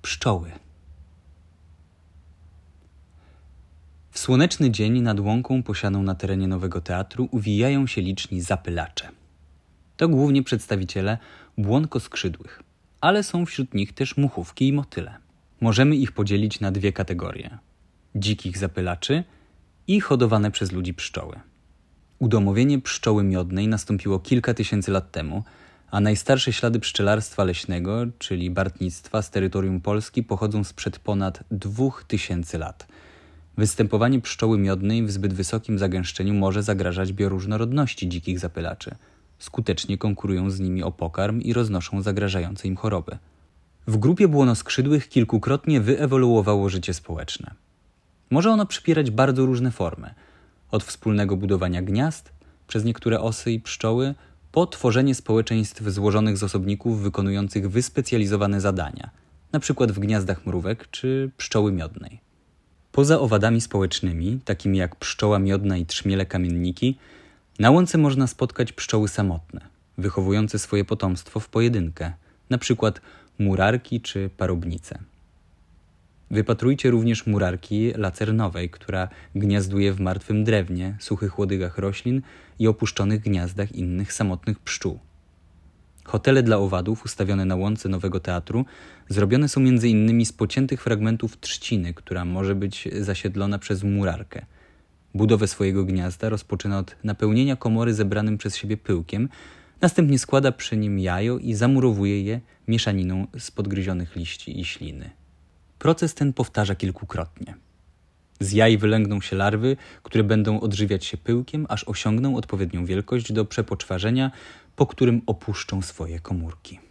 Pszczoły. W słoneczny dzień nad łąką posianą na terenie Nowego Teatru uwijają się liczni zapylacze. To głównie przedstawiciele błonkoskrzydłych, ale są wśród nich też muchówki i motyle. Możemy ich podzielić na dwie kategorie: dzikich zapylaczy i hodowane przez ludzi pszczoły. Udomowienie pszczoły miodnej nastąpiło kilka tysięcy lat temu, a najstarsze ślady pszczelarstwa leśnego, czyli bartnictwa z terytorium Polski, pochodzą sprzed ponad 2000 lat. Występowanie pszczoły miodnej w zbyt wysokim zagęszczeniu może zagrażać bioróżnorodności dzikich zapylaczy. Skutecznie konkurują z nimi o pokarm i roznoszą zagrażające im choroby. W grupie błonoskrzydłych kilkukrotnie wyewoluowało życie społeczne. Może ono przybierać bardzo różne formy. Od wspólnego budowania gniazd przez niektóre osy i pszczoły, po tworzenie społeczeństw złożonych z osobników wykonujących wyspecjalizowane zadania, np. w gniazdach mrówek czy pszczoły miodnej. Poza owadami społecznymi, takimi jak pszczoła miodna i trzmiele kamienniki, na łące można spotkać pszczoły samotne, wychowujące swoje potomstwo w pojedynkę, np. murarki czy parobnice. Wypatrujcie również murarki lacernowej, która gniazduje w martwym drewnie, suchych łodygach roślin i opuszczonych gniazdach innych samotnych pszczół. Hotele dla owadów ustawione na łące Nowego Teatru zrobione są m.in. z pociętych fragmentów trzciny, która może być zasiedlona przez murarkę. Budowę swojego gniazda rozpoczyna od napełnienia komory zebranym przez siebie pyłkiem, następnie składa przy nim jajo i zamurowuje je mieszaniną z podgryzionych liści i śliny. Proces ten powtarza kilkukrotnie. Z jaj wylęgną się larwy, które będą odżywiać się pyłkiem, aż osiągną odpowiednią wielkość do przepoczwarzenia, po którym opuszczą swoje komórki.